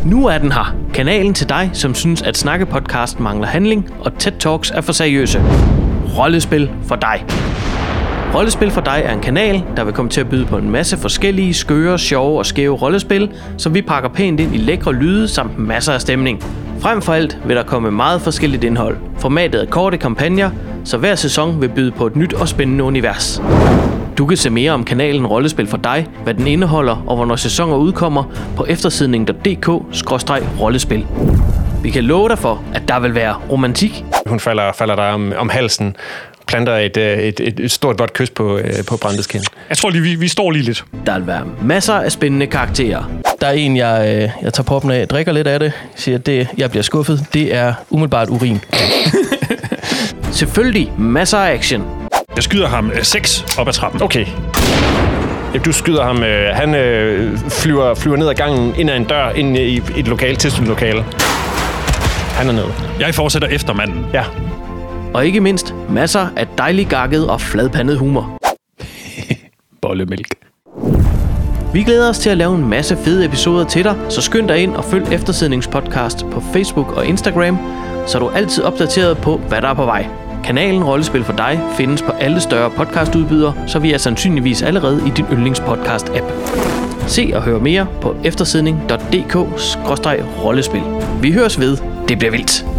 Nu er den her. Kanalen til dig, som synes, at snakkepodcast mangler handling, og TED Talks er for seriøse. Rollespil for dig. Rollespil for dig er en kanal, der vil komme til at byde på en masse forskellige, skøre, sjove og skæve rollespil, som vi pakker pænt ind i lækre lyde samt masser af stemning. Frem for alt vil der komme meget forskelligt indhold. Formatet er korte kampagner, så hver sæson vil byde på et nyt og spændende univers. Du kan se mere om kanalen Rollespil for dig, hvad den indeholder og hvornår sæsoner udkommer på eftersidning.dk/rollespil. Vi kan love dig for, at der vil være romantik. Hun falder dig om halsen, planter et stort godt kys på Brandes kind. Jeg tror lige, vi står lige lidt. Der vil være masser af spændende karakterer. Der er en, jeg tager proppen af, drikker lidt af det, siger, at jeg bliver skuffet. Det er umiddelbart urin. Selvfølgelig masser af action. Jeg skyder ham 6 op ad trappen. Okay. Du skyder ham. Han flyver ned ad gangen, ind ad en dør, ind i et lokale, tilsynende lokale. Han er nede. Jeg fortsætter efter manden. Ja. Og ikke mindst masser af dejlig gakket og fladpandet humor. Bollemælk. Vi glæder os til at lave en masse fede episoder til dig, så skynd dig ind og følg Eftersidningspodcast på Facebook og Instagram, så du er altid opdateret på, hvad der er på vej. Kanalen Rollespil for dig findes på alle større podcastudbydere, så vi er sandsynligvis allerede i din yndlingspodcast-app. Se og hør mere på eftersidning.dk/rollespil. Vi høres ved. Det bliver vildt.